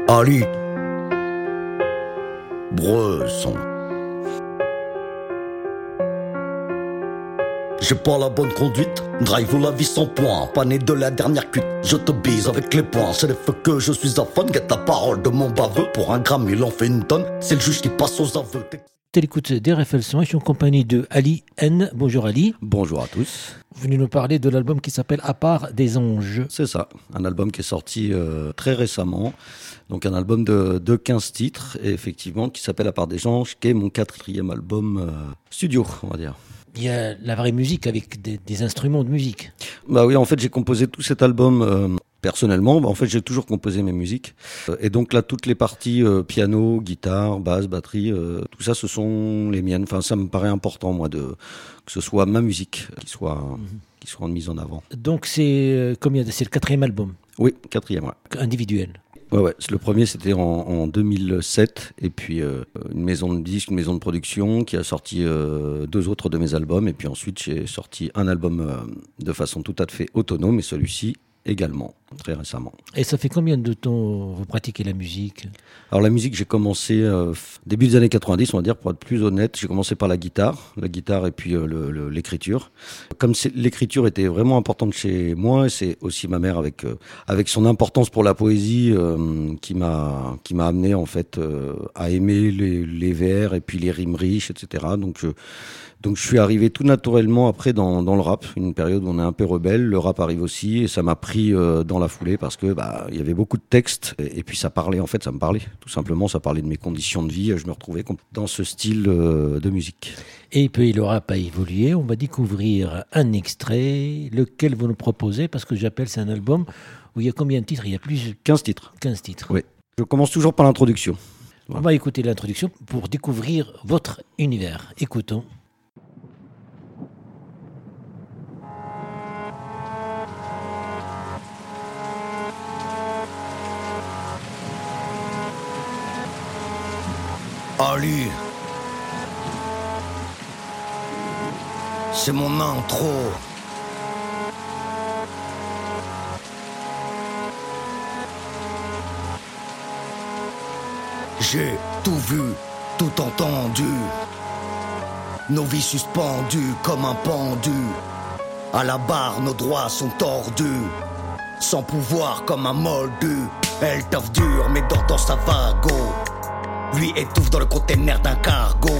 Ali Bresson. J'ai pas la bonne conduite, drive la vie sans point, pas né de la dernière cuite, je te bise avec les poings, c'est les feux que je suis à fond, guette la parole de mon baveux, pour un gramme il en fait une tonne, c'est le juge qui passe aux aveux. T'es l'écoute d'RFL 100, je suis en compagnie de Ali N. Bonjour Ali. Bonjour à tous. Vous venez nous parler de l'album qui s'appelle À part des anges. C'est ça, un album qui est sorti très récemment, donc un album de 15 titres, et effectivement qui s'appelle À part des anges, qui est mon 4e album studio, on va dire. Il y a la vraie musique avec des instruments de musique. Bah oui, en fait j'ai composé tout cet album personnellement. En fait j'ai toujours composé mes musiques. Et donc là toutes les parties piano, guitare, basse, batterie, tout ça ce sont les miennes. Enfin ça me paraît important moi que ce soit ma musique qui soit mise en avant. Donc c'est c'est le 4e album? Oui, 4e, ouais. Individuel. Ouais. Le premier, c'était en 2007. Et puis, une maison de disques, une maison de production qui a sorti 2 autres de mes albums. Et puis ensuite, j'ai sorti un album de façon tout à fait autonome. Et celui-ci également, très récemment. Et ça fait combien de temps vous pratiquez la musique? Alors la musique, j'ai commencé début des années 90, on va dire, pour être plus honnête. J'ai commencé par la guitare et puis l'écriture. Comme l'écriture était vraiment importante chez moi, et c'est aussi ma mère avec son importance pour la poésie qui m'a amené en fait à aimer les vers et puis les rimes riches, etc. Donc je suis arrivé tout naturellement après dans le rap, une période où on est un peu rebelle, le rap arrive aussi et ça m'a pris dans la foulée parce que il y avait beaucoup de textes et puis ça me parlait tout simplement, ça parlait de mes conditions de vie, je me retrouvais dans ce style de musique. Et puis le rap a évolué, on va découvrir un extrait, lequel vous nous proposez, parce que c'est un album où il y a combien de titres? Il y a plus 15 titres. 15 titres. Oui. Je commence toujours par l'introduction. On va écouter l'introduction pour découvrir votre univers. Écoutons. Ali, c'est mon intro. J'ai tout vu, tout entendu. Nos vies suspendues comme un pendu. À la barre, nos droits sont tordus. Sans pouvoir comme un moldu. Elle taffe dur mais dort dans sa wagon. Lui étouffe dans le container d'un cargo.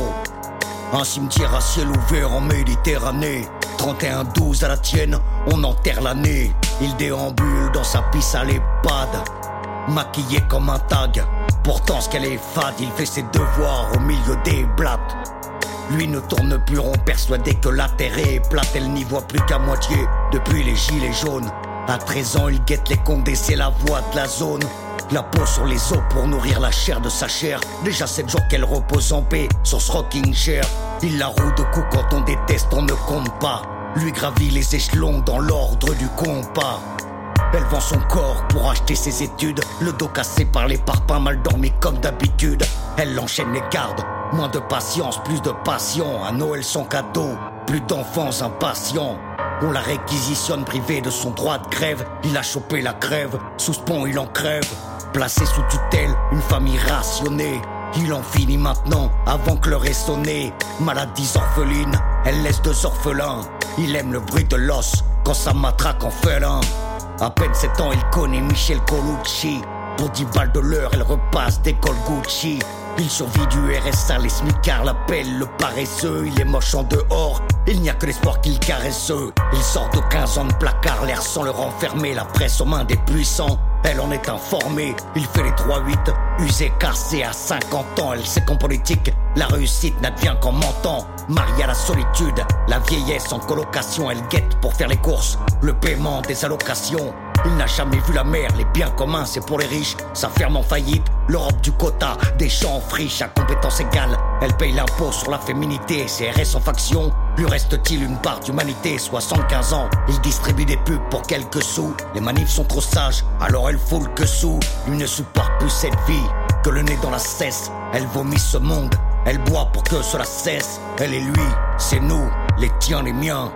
Un cimetière à ciel ouvert en Méditerranée. 31-12 à la tienne, on enterre l'année. Il déambule dans sa pisse à l'EHPAD, maquillé comme un tag. Pourtant ce qu'elle est fade, il fait ses devoirs au milieu des blattes. Lui ne tourne plus rond, persuadé que la terre est plate. Elle n'y voit plus qu'à moitié depuis les gilets jaunes. À 13 ans, il guette les condés, c'est la voix de la zone. La peau sur les os pour nourrir la chair de sa chair. Déjà 7 jours qu'elle repose en paix sur ce rocking chair. Il la roue de coups quand on déteste, on ne compte pas. Lui gravit les échelons dans l'ordre du compas. Elle vend son corps pour acheter ses études. Le dos cassé par les parpaings, mal dormi comme d'habitude. Elle enchaîne les gardes, moins de patience, plus de passion. À Noël son cadeau, plus d'enfants impatients. On la réquisitionne privée de son droit de grève. Il a chopé la crève, sous ce pont il en crève. Placé sous tutelle, une famille rationnée. Il en finit maintenant, avant que l'heure ait sonné. Maladies orphelines, elle laisse 2 orphelins. Il aime le bruit de l'os, quand ça matraque en félin. À peine 7 ans, il connaît Michel Colucci. Pour 10 balles de l'heure, elle repasse d'école Gucci. Il survit du RSA, les smicards l'appellent le paresseux. Il est moche en dehors, il n'y a que l'espoir qu'il caresse. Il sort de 15 ans de placard, l'air sans le renfermer. La presse aux mains des puissants, elle en est informée. Il fait les 3-8, usé, cassé à 50 ans. Elle sait qu'en politique, la réussite n'advient qu'en mentant. Mariée à la solitude, la vieillesse en colocation. Elle guette pour faire les courses, le paiement des allocations. Il n'a jamais vu la mer, les biens communs c'est pour les riches. Ça ferme en faillite, l'Europe du quota. Des champs friches à compétences égales. Elle paye l'impôt sur la féminité, CRS en faction. Lui reste-t-il une part d'humanité? 75 ans, il distribue des pubs pour quelques sous. Les manifs sont trop sages, alors elle foule que sous. Lui ne supporte plus cette vie, que le nez dans la cesse. Elle vomit ce monde, elle boit pour que cela cesse. Elle et lui, c'est nous, les tiens, les miens.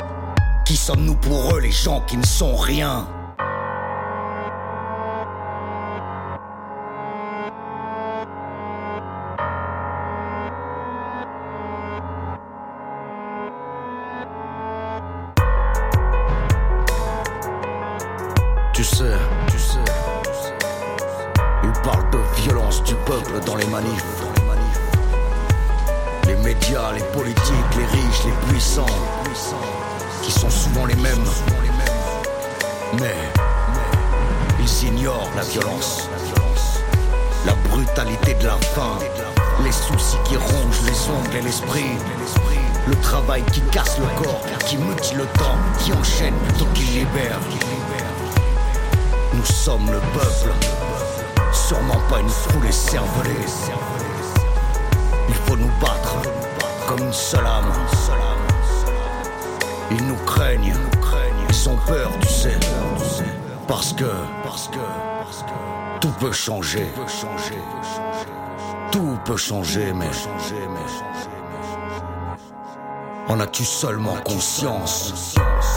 Qui sommes-nous pour eux, les gens qui ne sont rien? peuple dans les manifs. Les médias, les politiques, les riches, les puissants, qui sont souvent les mêmes. Mais ils ignorent la violence, la brutalité de la faim, les soucis qui rongent les ongles et l'esprit, le travail qui casse le corps, qui mutile le temps, qui enchaîne plutôt qu'il libère. Nous sommes le peuple, sûrement pas une foule écervelée. Il faut nous battre comme une seule âme. Ils nous craignent, ils ont peur, tu sais. Parce que tout peut changer. Tout peut changer, mais en as-tu seulement conscience?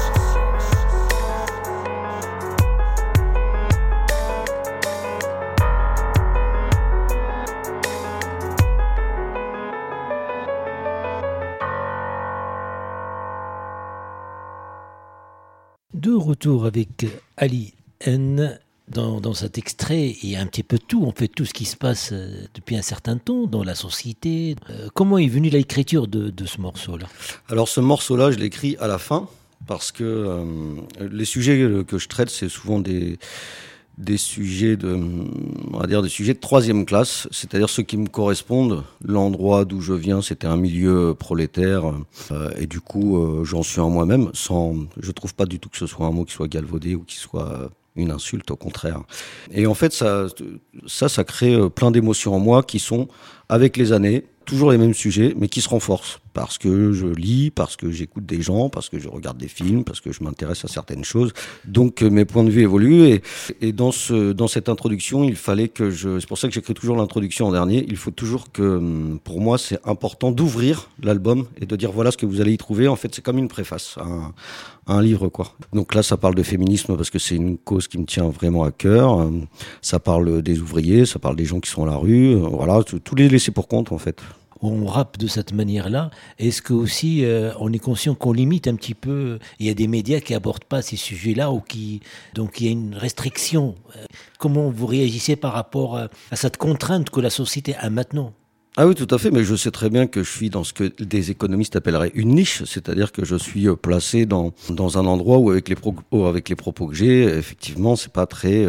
De retour avec Ali N. Dans cet extrait, il y a un petit peu tout. On fait tout ce qui se passe depuis un certain temps dans la société. Comment est venue l'écriture de ce morceau-là? Alors ce morceau-là, je l'écris à la fin parce que les sujets que je traite, c'est souvent des sujets on va dire des sujets de troisième classe, c'est-à-dire ceux qui me correspondent. L'endroit d'où je viens, c'était un milieu prolétaire, et du coup, j'en suis en moi-même. Je trouve pas du tout que ce soit un mot qui soit galvaudé ou qui soit une insulte, au contraire. Et en fait, ça crée plein d'émotions en moi qui sont, avec les années, toujours les mêmes sujets, mais qui se renforcent. Parce que je lis, parce que j'écoute des gens, parce que je regarde des films, parce que je m'intéresse à certaines choses. Donc mes points de vue évoluent. Et dans cette introduction, il fallait c'est pour ça que j'écris toujours l'introduction en dernier. Il faut toujours que, pour moi, c'est important d'ouvrir l'album et de dire voilà ce que vous allez y trouver. En fait, c'est comme une préface à un livre, quoi. Donc là, ça parle de féminisme parce que c'est une cause qui me tient vraiment à cœur. Ça parle des ouvriers, ça parle des gens qui sont à la rue. Voilà, tous les laissés pour compte, en fait. On rappe de cette manière-là. Est-ce que aussi on est conscient qu'on limite un petit peu? Il y a des médias qui abordent pas ces sujets-là donc il y a une restriction. Comment vous réagissez par rapport à cette contrainte que la société a maintenant? Ah oui, tout à fait, mais je sais très bien que je suis dans ce que des économistes appelleraient une niche, c'est-à-dire que je suis placé dans un endroit où avec les propos que j'ai, effectivement, c'est pas très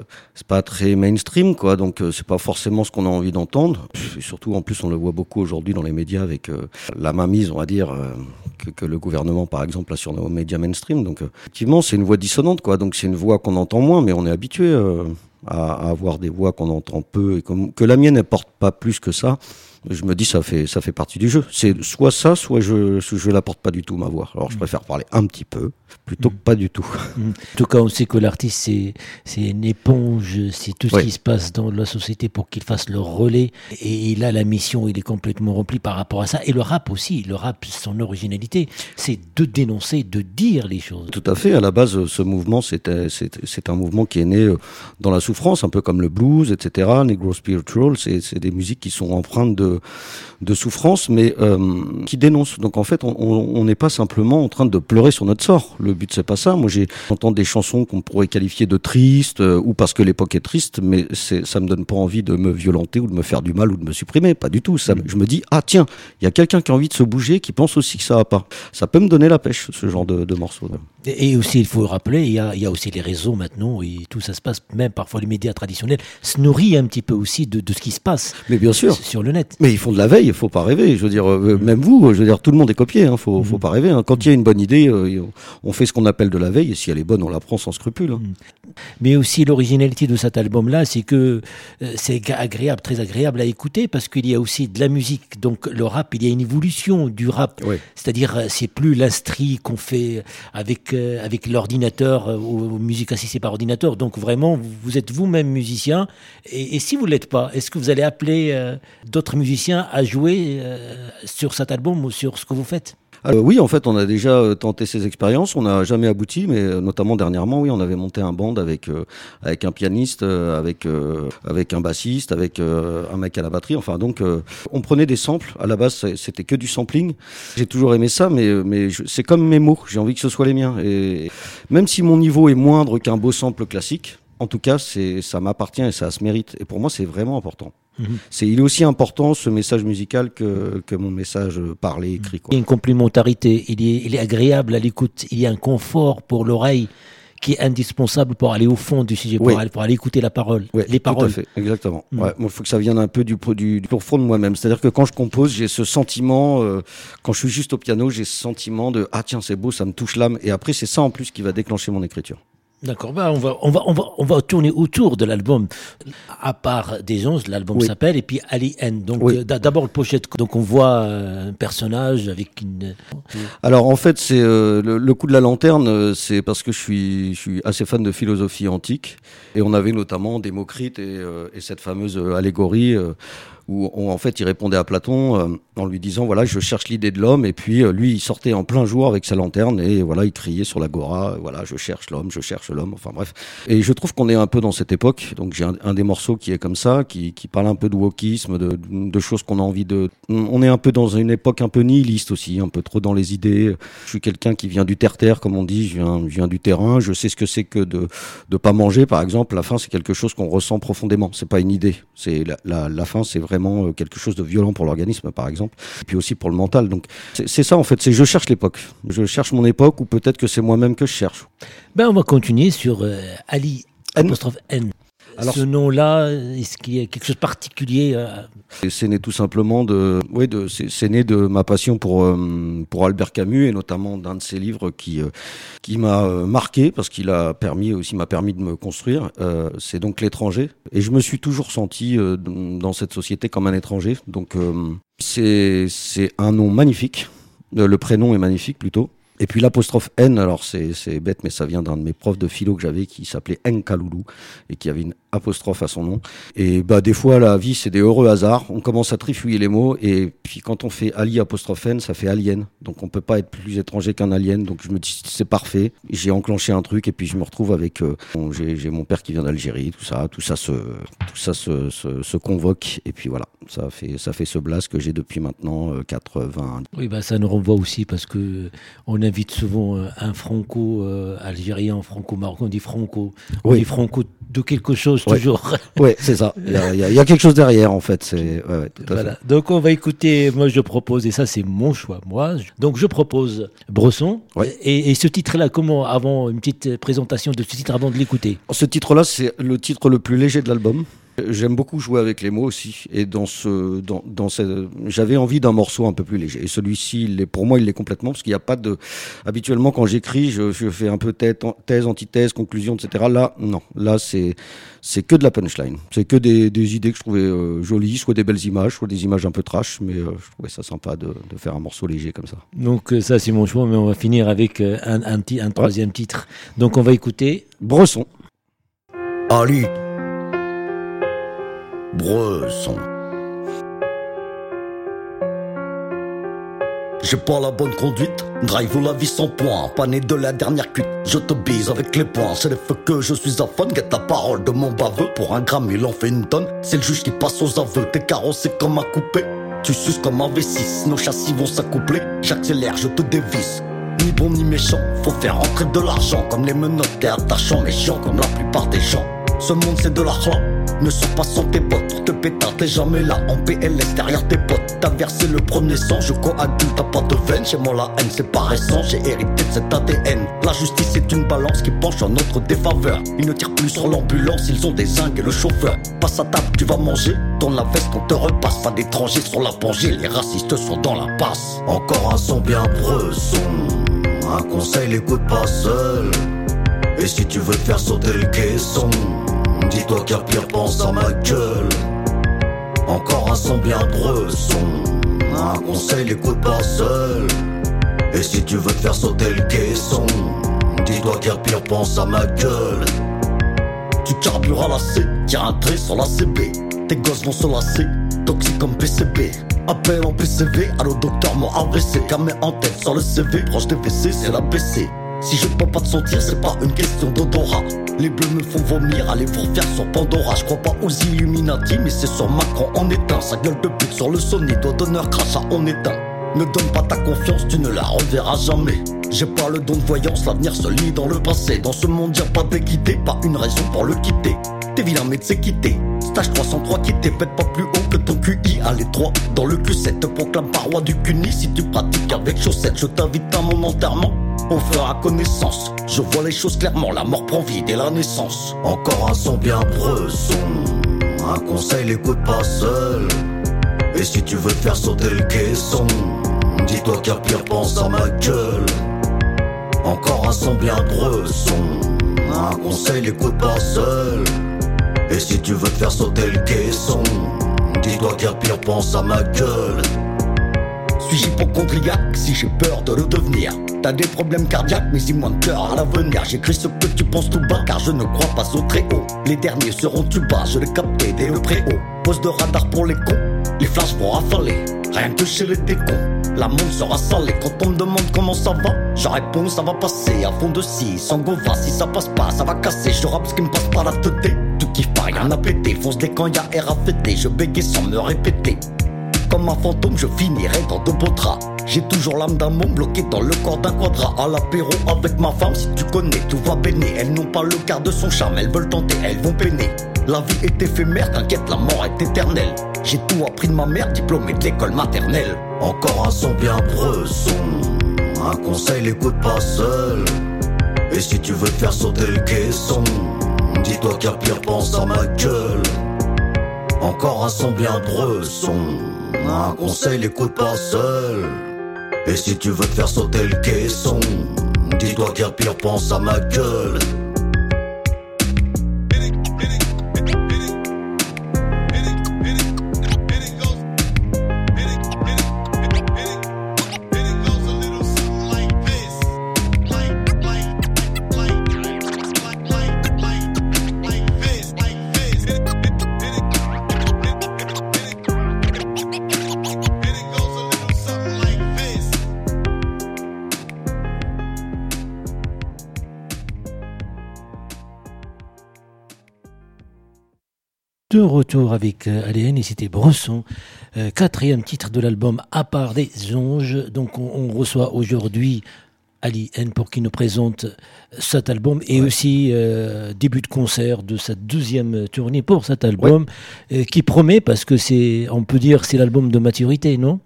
mainstream, quoi. Donc c'est pas forcément ce qu'on a envie d'entendre. Et surtout, en plus, on le voit beaucoup aujourd'hui dans les médias avec la mainmise, on va dire, que le gouvernement, par exemple, a sur nos médias mainstream. Donc effectivement, c'est une voix dissonante, quoi. Donc c'est une voix qu'on entend moins, mais on est habitué à avoir des voix qu'on entend peu et que la mienne n'apporte pas plus que ça. Je me dis ça fait partie du jeu. C'est soit ça, soit je l'apporte pas du tout, ma voix. Alors je préfère parler un petit peu plutôt que pas du tout. En tout cas, on sait que l'artiste c'est une éponge, c'est tout ce qui se passe dans la société pour qu'il fasse le relais. Et il a la mission, il est complètement rempli par rapport à ça. Et le rap aussi, son originalité, c'est de dénoncer, de dire les choses. Tout à fait. À la base, ce mouvement, c'est un mouvement qui est né dans la souffrance, un peu comme le blues, etc. Negro Spiritual, c'est des musiques qui sont empreintes de souffrance, mais qui dénoncent. Donc en fait, on n'est pas simplement en train de pleurer sur notre sort. Le but, c'est pas ça. Moi, j'entends des chansons qu'on pourrait qualifier de tristes, ou parce que l'époque est triste, mais ça me donne pas envie de me violenter ou de me faire du mal ou de me supprimer. Pas du tout. Je me dis, ah tiens, il y a quelqu'un qui a envie de se bouger, qui pense aussi que ça va pas. Ça peut me donner la pêche, ce genre de morceaux. Et aussi, il faut rappeler, il y a aussi les réseaux maintenant, et tout ça se passe, même parfois les médias traditionnels se nourrissent un petit peu aussi de ce qui se passe. Mais bien sûr. Sur le net. Mais ils font de la veille, il faut pas rêver. Je veux dire, même vous, je veux dire, tout le monde est copié, hein, faut pas rêver. Hein. Quand il y a une bonne idée, on fait ce qu'on appelle de la veille, et si elle est bonne, on la prend sans scrupule. Hein. Mais aussi l'originalité de cet album-là, c'est que c'est agréable, très agréable à écouter, parce qu'il y a aussi de la musique. Donc le rap, il y a une évolution du rap. Oui. C'est-à-dire, c'est plus l'instri qu'on fait avec l'ordinateur ou musique assistée par ordinateur. Donc vraiment, vous êtes vous-même musicien. Et si vous ne l'êtes pas, est-ce que vous allez appeler d'autres musiciens à jouer sur cet album ou sur ce que vous faites? Oui, en fait, on a déjà tenté ces expériences. On n'a jamais abouti, mais notamment dernièrement, oui, on avait monté un band avec un pianiste, avec un bassiste, avec un mec à la batterie. Enfin, donc, on prenait des samples. À la base, c'était que du sampling. J'ai toujours aimé ça, mais c'est comme mes mots. J'ai envie que ce soit les miens. Et même si mon niveau est moindre qu'un beau sample classique, en tout cas, ça m'appartient et ça se mérite. Et pour moi, c'est vraiment important. Il est aussi important ce message musical que mon message parlé, écrit. Il y a une complémentarité, il est agréable à l'écoute, il y a un confort pour l'oreille qui est indispensable pour aller au fond du sujet, pour aller écouter la parole, les paroles. Tout à fait, exactement. Ouais, moi, il faut que ça vienne un peu du profond de moi-même. C'est-à-dire que quand je compose, j'ai ce sentiment, quand je suis juste au piano, j'ai ce sentiment de ah tiens c'est beau, ça me touche l'âme. Et après c'est ça en plus qui va déclencher mon écriture. D'accord, on va tourner autour de l'album. À part des 11, l'album s'appelle, et puis Ali N. Donc d'abord le pochette. Donc on voit un personnage avec une. Alors en fait c'est le coup de la lanterne, c'est parce que je suis assez fan de philosophie antique, et on avait notamment Démocrite et cette fameuse allégorie. Où en fait il répondait à Platon en lui disant voilà je cherche l'idée de l'homme, et puis lui il sortait en plein jour avec sa lanterne et voilà il criait sur l'agora voilà je cherche l'homme, enfin bref. Et je trouve qu'on est un peu dans cette époque, donc j'ai un des morceaux qui est comme ça, qui parle un peu de wokisme, de choses qu'on a envie de. On est un peu dans une époque un peu nihiliste aussi, un peu trop dans les idées. Je suis quelqu'un qui vient du terre-terre comme on dit, je viens du terrain, je sais ce que c'est que de pas manger par exemple. La faim c'est quelque chose qu'on ressent profondément, c'est pas une idée, c'est la faim c'est vraiment quelque chose de violent pour l'organisme par exemple, et puis aussi pour le mental. Donc c'est ça en fait, c'est je cherche l'époque, je cherche mon époque, ou peut-être que c'est moi-même que je cherche. On va continuer sur Ali N. Alors, ce nom-là, est-ce qu'il y a quelque chose de particulier C'est né tout simplement c'est né de ma passion pour Albert Camus, et notamment d'un de ses livres qui m'a marqué parce qu'il m'a permis de me construire. C'est donc L'étranger, et je me suis toujours senti dans cette société comme un étranger. Donc c'est un nom magnifique, le prénom est magnifique plutôt. Et puis l'apostrophe N, alors c'est bête, mais ça vient d'un de mes profs de philo que j'avais qui s'appelait Nkaloulou et qui avait une apostrophe à son nom. Et des fois la vie c'est des heureux hasards, on commence à trifouiller les mots, et puis quand on fait Ali apostrophe N, ça fait alien. Donc on peut pas être plus étranger qu'un alien, donc je me dis c'est parfait. J'ai enclenché un truc, et puis je me retrouve avec j'ai mon père qui vient d'Algérie, tout ça se convoque, et puis voilà, ça fait ce blast que j'ai depuis maintenant 80. Oui, ça nous renvoie aussi parce que on invite souvent un franco-algérien, franco-marocain, on dit franco. On dit franco de quelque chose toujours. Oui, c'est ça. Il y a quelque chose derrière en fait. Tout à fait. Donc on va écouter, moi je propose, et ça c'est mon choix, donc je propose Bresson. Et ce titre-là, comment, avant une petite présentation de ce titre avant de l'écouter? Ce titre-là, c'est le titre le plus léger de l'album. J'aime beaucoup jouer avec les mots aussi, et j'avais envie d'un morceau un peu plus léger, et celui-ci pour moi il l'est complètement, parce qu'il n'y a pas de. Habituellement quand j'écris je fais un peu thèse, antithèse, conclusion, etc. Là c'est que de la punchline, c'est que des idées que je trouvais jolies, soit des belles images, soit des images un peu trash, mais je trouvais ça sympa de faire un morceau léger comme ça. Donc ça c'est mon choix, mais on va finir avec un troisième titre. Donc on va écouter Bresson. Ali Bresson. J'ai pas la bonne conduite, drive ou la vie sans point, pas né de la dernière cuite, je te bise avec les poings, c'est les feux que je suis à fond, guette la parole de mon baveux, pour un gramme il en fait une tonne, c'est le juge qui passe aux aveux, t'es carrossé comme un coupé, tu suces comme un V6, nos châssis vont s'accoupler, j'accélère, je te dévisse, ni bon ni méchant, faut faire rentrer de l'argent, comme les menottes, t'es attachant, mais chiant comme la plupart des gens, ce monde c'est de l'argent. Ne sors pas sans tes potes, pour te pétard, t'es jamais là, en PLS derrière tes potes. T'as versé le premier sang, je coagule, t'as pas de veine. Chez moi la haine c'est pas récent, j'ai hérité de cet ADN. La justice est une balance qui penche en notre défaveur. Ils ne tirent plus sur l'ambulance, ils ont des zingues et le chauffeur. Passe à table, tu vas manger, tourne la veste, on te repasse. Pas d'étrangers sur la pangée, les racistes sont dans la passe. Encore un son bien Bresson, un conseil l'écoute pas seul. Et si tu veux te faire sauter le caisson, dis-toi qu'à pire pense à ma gueule. Encore un son bien Bresson, un conseil l'écoute pas seul. Et si tu veux te faire sauter le caisson, dis-toi qu'à pire pense à ma gueule. Tu carbures à la C, tire un trait sur la CB. Tes gosses vont se lasser, toxique comme PCB. Appel en PCV, allo docteur mon AVC. Camé en tête sur le CV, proche des WC, c'est la BC. Si je peux pas te sentir, c'est pas une question d'odorat. Les bleus me font vomir, allez vous refaire sur Pandora. Je crois pas aux Illuminati, mais c'est sur Macron on éteint. Sa gueule de pute sur le Sony, doigt d'honneur crachat on éteint. Ne donne pas ta confiance, tu ne la reverras jamais. J'ai pas le don de voyance, l'avenir se lit dans le passé. Dans ce monde y'a pas d'équité, pas une raison pour le quitter. T'es vilain mais t'sais quitter. Stage 303 qui t'est pète pas plus haut que ton QI. Allez 3 dans le Q7, te proclame pas roi du CUNY. Si tu pratiques avec chaussettes, je t'invite à mon enterrement. On fera connaissance, je vois les choses clairement. La mort prend vie dès la naissance. Encore un son bien bresson. Un conseil, l'écoute pas seul. Et si tu veux te faire sauter le caisson, dis-toi qu'à pire, pense à ma gueule. Encore un son bien bresson. Un conseil, l'écoute pas seul. Et si tu veux te faire sauter le caisson, dis-toi qu'à pire, pense à ma gueule. Suis-je hypochondriaque si j'ai peur de le devenir? T'as des problèmes cardiaques mais si moins de cœur à l'avenir. J'écris ce que tu penses tout bas car je ne crois pas au très haut. Les derniers seront tu bas, je l'ai capté dès le préhaut. Pose de radar pour les cons, les flashs vont rafaler. Rien que chez les décons, la monde sera salée. Quand on me demande comment ça va, je réponds ça va passer. À fond de scie, sans gova, si ça passe pas, ça va casser. Je rappe ce qui me passe par la tête. Tu kiffes pas, rien à péter. Fonce dès quand y'a air à fêter. Je bégaye sans me répéter. Comme un fantôme, je finirai dans de beaux draps. J'ai toujours l'âme d'un môme bloqué dans le corps d'un quadra. À l'apéro avec ma femme, si tu connais, tout va béner. Elles n'ont pas le quart de son charme, elles veulent tenter, elles vont peiner. La vie est éphémère, t'inquiète, la mort est éternelle. J'ai tout appris de ma mère, diplômée de l'école maternelle. Encore un son bien bresson. Un conseil, l'écoute pas seul. Et si tu veux te faire sauter le caisson, dis-toi qu'à pire, pense à ma gueule. Encore un son bien bresson. Un conseil, l'écoute pas seul. Et si tu veux te faire sauter le caisson, dis-toi qu'à pire, pense à ma gueule. De retour avec ADN et c'était Bresson, quatrième titre de l'album À part des songes. Donc on reçoit aujourd'hui Ali N pour qu'il nous présente cet album et aussi début de concert de sa deuxième tournée pour cet album qui promet parce que on peut dire c'est l'album de maturité, non?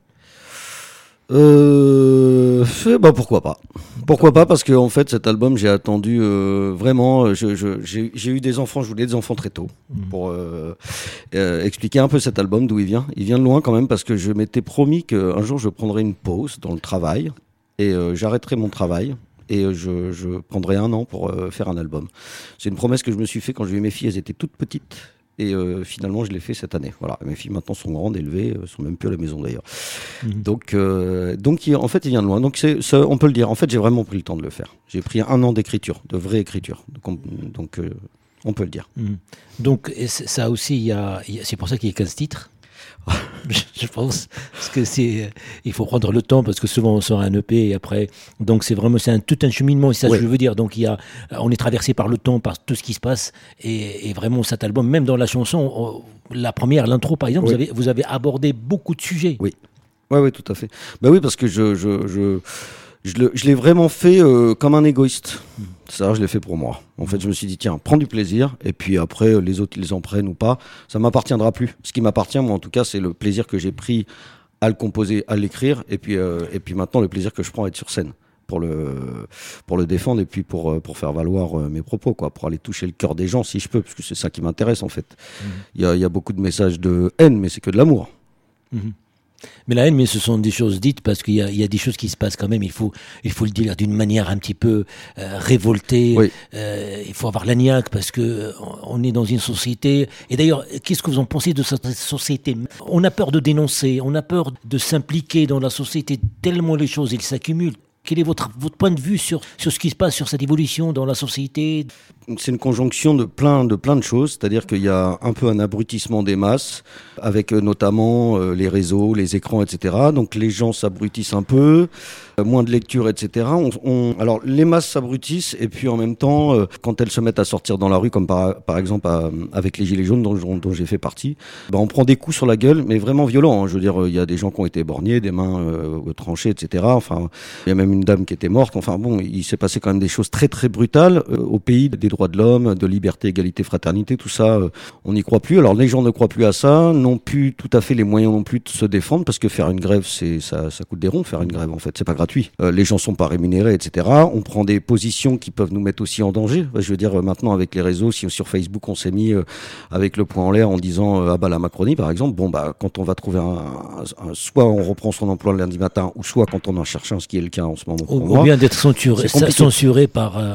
Pourquoi pas. Pourquoi pas, parce que en fait cet album j'ai attendu vraiment, j'ai eu des enfants, je voulais des enfants très tôt pour expliquer un peu cet album, d'où il vient. Il vient de loin quand même parce que je m'étais promis qu'un jour je prendrais une pause dans le travail et j'arrêterai mon travail et je prendrai 1 an pour faire un album. C'est une promesse que je me suis fait quand j'ai eu mes filles, elles étaient toutes petites. Et finalement, je l'ai fait cette année. Voilà, mes filles maintenant sont grandes, élevées, sont même plus à la maison d'ailleurs. Donc, en fait, il vient de loin. Donc, on peut le dire. En fait, j'ai vraiment pris le temps de le faire. J'ai pris 1 an d'écriture, de vraie écriture. Donc, on peut le dire. Donc, ça aussi, c'est pour ça qu'il y a 15 titres. Je pense parce que il faut prendre le temps parce que souvent on sort un EP et après donc c'est tout un cheminement et ça je veux dire donc on est traversé par le temps, par tout ce qui se passe et vraiment cet album, même dans la chanson la première, l'intro par exemple, vous avez abordé beaucoup de sujets. Oui, tout à fait. Bah oui, parce que je l'ai vraiment fait comme un égoïste. Ça, je l'ai fait pour moi. En fait, je me suis dit, tiens, prends du plaisir, et puis après, les autres, ils en prennent ou pas. Ça m'appartiendra plus. Ce qui m'appartient, moi, en tout cas, c'est le plaisir que j'ai pris à le composer, à l'écrire, et puis maintenant, le plaisir que je prends à être sur scène pour le défendre, et puis pour faire valoir mes propos, quoi, pour aller toucher le cœur des gens, si je peux, parce que c'est ça qui m'intéresse, en fait. Il y a beaucoup de messages de haine, mais c'est que de l'amour. Mais la haine, mais ce sont des choses dites parce qu'il y a des choses qui se passent quand même. Il faut le dire d'une manière un petit peu révoltée. Oui. Il faut avoir l'agnac parce que on est dans une société. Et d'ailleurs, qu'est-ce que vous en pensez de cette société? On a peur de dénoncer, on a peur de s'impliquer dans la société tellement les choses ils s'accumulent. Quel est votre point de vue sur ce qui se passe, sur cette évolution dans la société? C'est une conjonction de plein de choses, c'est-à-dire qu'il y a un peu un abrutissement des masses, avec notamment les réseaux, les écrans, etc. Donc les gens s'abrutissent un peu, moins de lecture, etc. Alors les masses s'abrutissent, et puis en même temps, quand elles se mettent à sortir dans la rue, comme par exemple avec les Gilets jaunes dont j'ai fait partie, on prend des coups sur la gueule, mais vraiment violents. Je veux dire, il y a des gens qui ont été borgnés, des mains tranchées, etc. Enfin, il y a même une dame qui était morte. Enfin bon, il s'est passé quand même des choses très très brutales au pays des droits de l'homme, de liberté, égalité, fraternité, tout ça, on n'y croit plus. Alors les gens ne croient plus à ça, n'ont plus tout à fait les moyens non plus de se défendre, parce que faire une grève, ça coûte des ronds. Faire une grève, en fait, c'est pas gratuit. Les gens sont pas rémunérés, etc. On prend des positions qui peuvent nous mettre aussi en danger. Je veux dire, maintenant avec les réseaux, si sur Facebook on s'est mis avec le poing en l'air en disant la Macronie, par exemple, quand on va trouver soit on reprend son emploi le lundi matin, ou soit quand on en cherche un, ce qui est le cas en ce moment. Ou bien d'être censuré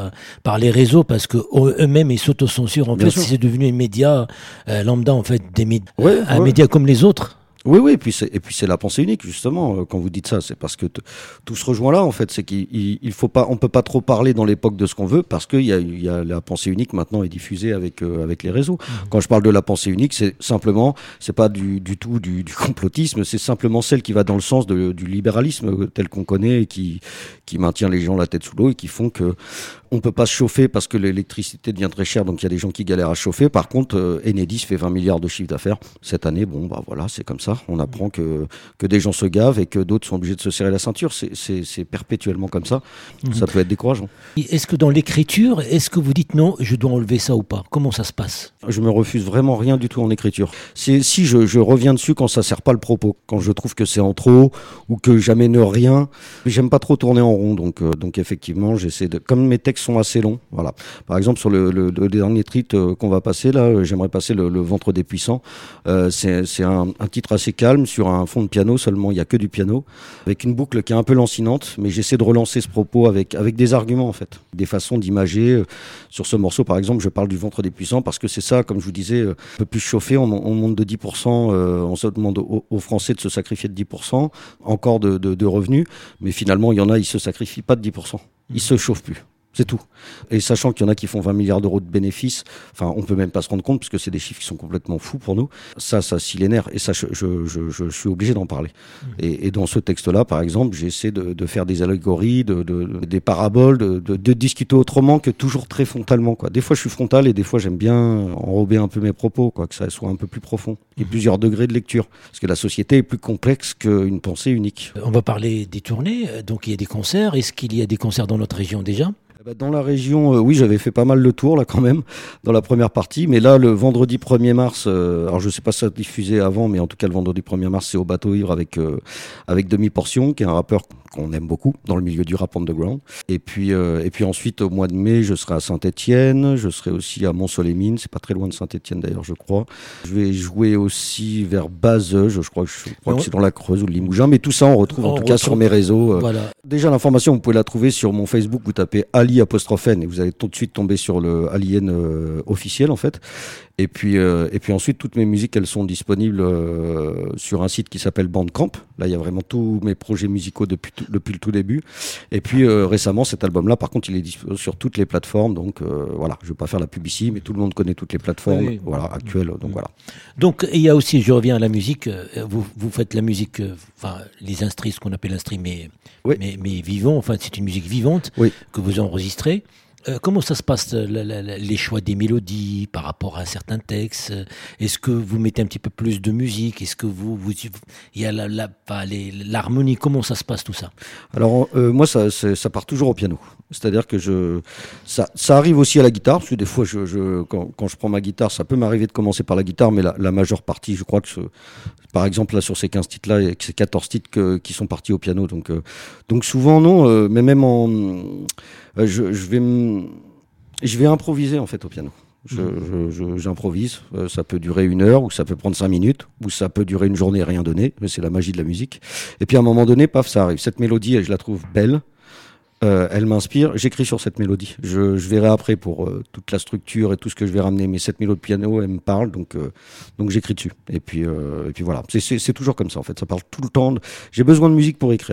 par les réseaux, parce que eux-mêmes ils s'autocensurent. En fait, c'est devenu un média lambda, en fait, un média comme les autres. Oui, et puis c'est la pensée unique, justement. Quand vous dites ça, c'est parce que tout se rejoint là, en fait. C'est qu'il faut pas, on peut pas trop parler dans l'époque de ce qu'on veut, parce qu'il y a la pensée unique maintenant est diffusée avec les réseaux. Quand je parle de la pensée unique, c'est simplement, c'est pas du tout du complotisme, c'est simplement celle qui va dans le sens du libéralisme tel qu'on connaît, et qui maintient les gens la tête sous l'eau, et qui font que on peut pas se chauffer parce que l'électricité devient très chère, donc il y a des gens qui galèrent à chauffer. Par contre, Enedis fait 20 milliards de chiffre d'affaires cette année. Voilà, c'est comme ça. On apprend que des gens se gavent et que d'autres sont obligés de se serrer la ceinture. C'est perpétuellement comme ça. Ça peut être décourageant. Est-ce que dans l'écriture, est-ce que vous dites non, je dois enlever ça ou pas? Comment ça se passe? Je me refuse vraiment rien du tout en écriture. Si je reviens dessus quand ça sert pas le propos, quand je trouve que c'est en trop ou que j'amène rien. J'aime pas trop tourner en rond, donc effectivement, j'essaie de, comme mes textes sont assez longs, voilà. Par exemple, sur le dernier titre qu'on va passer là, j'aimerais passer le ventre des puissants. C'est un titre assez calme sur un fond de piano seulement, il y a que du piano, avec une boucle qui est un peu lancinante, mais j'essaie de relancer ce propos avec des arguments, en fait, des façons d'imager. Sur ce morceau, par exemple, je parle du ventre des puissants parce que c'est ça, comme je vous disais, un peu plus chauffé, on monte de 10%, on se demande aux Français de se sacrifier de 10% encore de revenus, mais finalement, il y en a, ils se sacrifient pas de 10%, ils se chauffent plus. C'est tout. Et sachant qu'il y en a qui font 20 milliards d'euros de bénéfices, enfin, on peut même pas se rendre compte parce que c'est des chiffres qui sont complètement fous pour nous. Ça scie les nerfs. Et ça, je suis obligé d'en parler. Et dans ce texte-là, par exemple, j'essaie de faire des allégories, des paraboles, de discuter autrement que toujours très frontalement, quoi. Des fois, je suis frontal et des fois, j'aime bien enrober un peu mes propos, quoi, que ça soit un peu plus profond. Il y a plusieurs degrés de lecture. Parce que la société est plus complexe qu'une pensée unique. On va parler des tournées. Donc, il y a des concerts. Est-ce qu'il y a des concerts dans notre région déjà? Dans la région, oui, j'avais fait pas mal le tour là quand même dans la première partie, mais là le vendredi 1er mars, alors je sais pas si ça diffusait avant, mais en tout cas le vendredi 1er mars c'est au Bateau Ivre avec Demi-Portion, qui est un rappeur qu'on aime beaucoup dans le milieu du rap underground. Et puis ensuite au mois de mai, je serai à Saint-Étienne, je serai aussi à Mont-Soleil-Mines, c'est pas très loin de Saint-Étienne d'ailleurs, je crois. Je vais jouer aussi vers Bazeux, je crois que c'est dans la Creuse ou le Limousin, mais tout ça on retrouve en tout cas sur mes réseaux. Voilà. Déjà l'information vous pouvez la trouver sur mon Facebook, vous tapez Ali_N et vous allez tout de suite tomber sur le Ali_N officiel en fait. Et puis ensuite toutes mes musiques elles sont disponibles sur un site qui s'appelle Bandcamp. Là il y a vraiment tous mes projets musicaux depuis le tout début. Et puis récemment cet album là par contre il est disponible sur toutes les plateformes, donc voilà, je vais pas faire la publicité, mais tout le monde connaît toutes les plateformes actuelles, donc voilà. Donc il y a aussi, je reviens à la musique, vous faites la musique, les instruments, ce qu'on appelle instruments mais vivants, enfin c'est une musique vivante que vous enregistrez. Comment ça se passe, les choix des mélodies par rapport à un certain texte? Est-ce que vous mettez un petit peu plus de musique? Est-ce que il y a l'harmonie? Comment ça se passe tout ça? Alors moi ça part toujours au piano. C'est-à-dire que ça arrive aussi à la guitare, parce que des fois quand je prends ma guitare, ça peut m'arriver de commencer par la guitare, mais la majeure partie, je crois que par exemple là sur ces 15 titres là, il y a ces 14 titres qui sont partis au piano, donc souvent non, mais même je vais improviser en fait au piano. J'improvise, ça peut durer 1 heure, ou ça peut prendre 5 minutes, ou ça peut durer une journée et rien donner, mais c'est la magie de la musique. Et puis à un moment donné, paf, ça arrive. Cette mélodie, je la trouve belle, elle m'inspire, j'écris sur cette mélodie. Je verrai après pour toute la structure et tout ce que je vais ramener, mais cette mélodie de piano, elle me parle, donc j'écris dessus. Et puis voilà, c'est toujours comme ça en fait, ça parle tout le temps. J'ai besoin de musique pour écrire.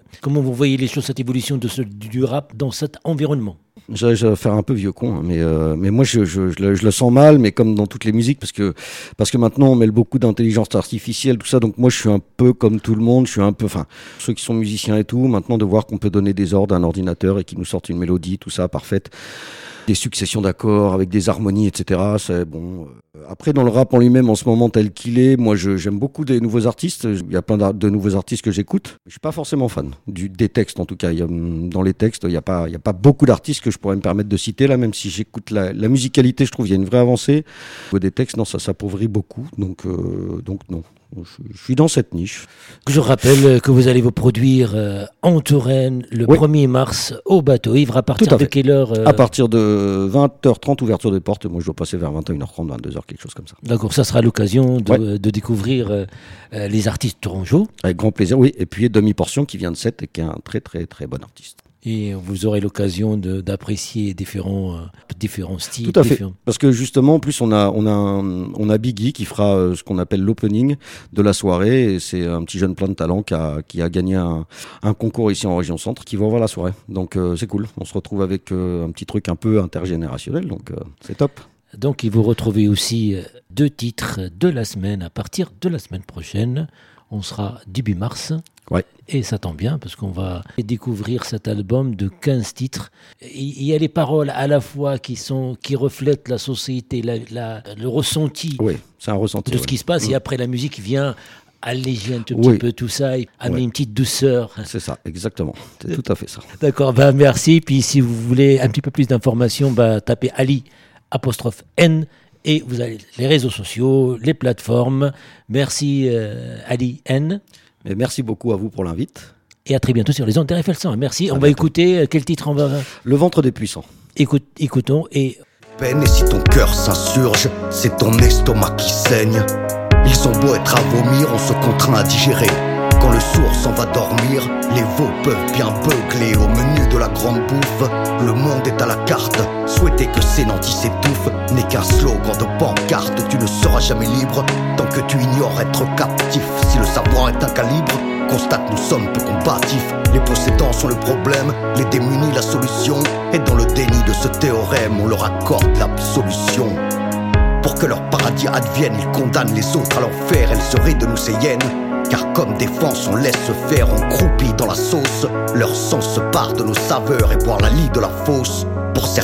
Comment vous voyez les choses, cette évolution du rap dans cet environnement? Je vais faire un peu vieux con, hein, mais moi je le sens mal, mais comme dans toutes les musiques, parce que maintenant on mêle beaucoup d'intelligence artificielle, tout ça, donc moi je suis un peu comme tout le monde, ceux qui sont musiciens et tout, maintenant de voir qu'on peut donner des ordres à un ordinateur et qu'il nous sorte une mélodie, tout ça, parfaite, des successions d'accords avec des harmonies, etc. C'est bon. Après, dans le rap en lui-même, en ce moment tel qu'il est, moi j'aime beaucoup des nouveaux artistes. Il y a plein de nouveaux artistes que j'écoute. Je suis pas forcément fan des textes, en tout cas. Dans les textes, il y a pas beaucoup d'artistes que je pourrais me permettre de citer là, même si j'écoute la musicalité, je trouve qu'il y a une vraie avancée. Au niveau des textes, non, ça s'appauvrit beaucoup. Donc non. Je suis dans cette niche. Je rappelle que vous allez vous produire en Touraine le 1er mars au Bateau Ivre. À partir de quelle heure À partir de 20h30, ouverture des portes. Moi, je dois passer vers 21h30, 22h, quelque chose comme ça. D'accord, ça sera l'occasion de découvrir les artistes tourangeaux. Avec grand plaisir, oui. Et puis, Demi-Portion qui vient de Sète et qui est un très, très, très bon artiste. Et vous aurez l'occasion d'apprécier différents styles. Tout à fait. Parce que justement, en plus, on a Biggie qui fera ce qu'on appelle l'opening de la soirée. Et c'est un petit jeune plein de talent qui a gagné un concours ici en région centre, qui va voir la soirée. Donc c'est cool. On se retrouve avec un petit truc un peu intergénérationnel. Donc c'est top. Donc vous retrouvez aussi 2 titres de la semaine à partir de la semaine prochaine. On sera début mars. Ouais. Et ça tombe bien parce qu'on va découvrir cet album de 15 titres. Il y a les paroles à la fois qui reflètent la société, le ressenti, c'est un ressenti de ce qui se passe. Et après, la musique vient alléger un tout petit peu tout ça et amener une petite douceur. C'est ça, exactement. C'est tout à fait ça. D'accord, merci. Puis si vous voulez un petit peu plus d'informations, tapez Ali_N. Et vous avez les réseaux sociaux, les plateformes. Merci Ali N. Et merci beaucoup à vous pour l'invite. Et à très bientôt sur les ondes d'RFL 100. Merci. On va écouter quel titre on va... Le ventre des puissants. Écoutons et... Peine, et si ton cœur s'insurge, c'est ton estomac qui saigne. Ils ont beau être à vomir, on se contraint à digérer. Quand le sourd s'en va dormir, les veaux peuvent bien beugler. Au menu de la grande bouffe, le monde est à la carte. Souhaiter que ces nantis s'étouffent n'est qu'un slogan de pancarte. Tu ne seras jamais libre tant que tu ignores être captif. Si le savoir est un calibre, constate nous sommes peu combatifs. Les possédants sont le problème, les démunis la solution. Et dans le déni de ce théorème, on leur accorde l'absolution. Pour que leur paradis advienne, ils condamnent les autres à l'enfer. Elles seraient de nous ces hyènes, car comme défense on laisse faire, on croupit dans la sauce. Leur sang se part de nos saveurs et boire la lie de la fosse. Pour certains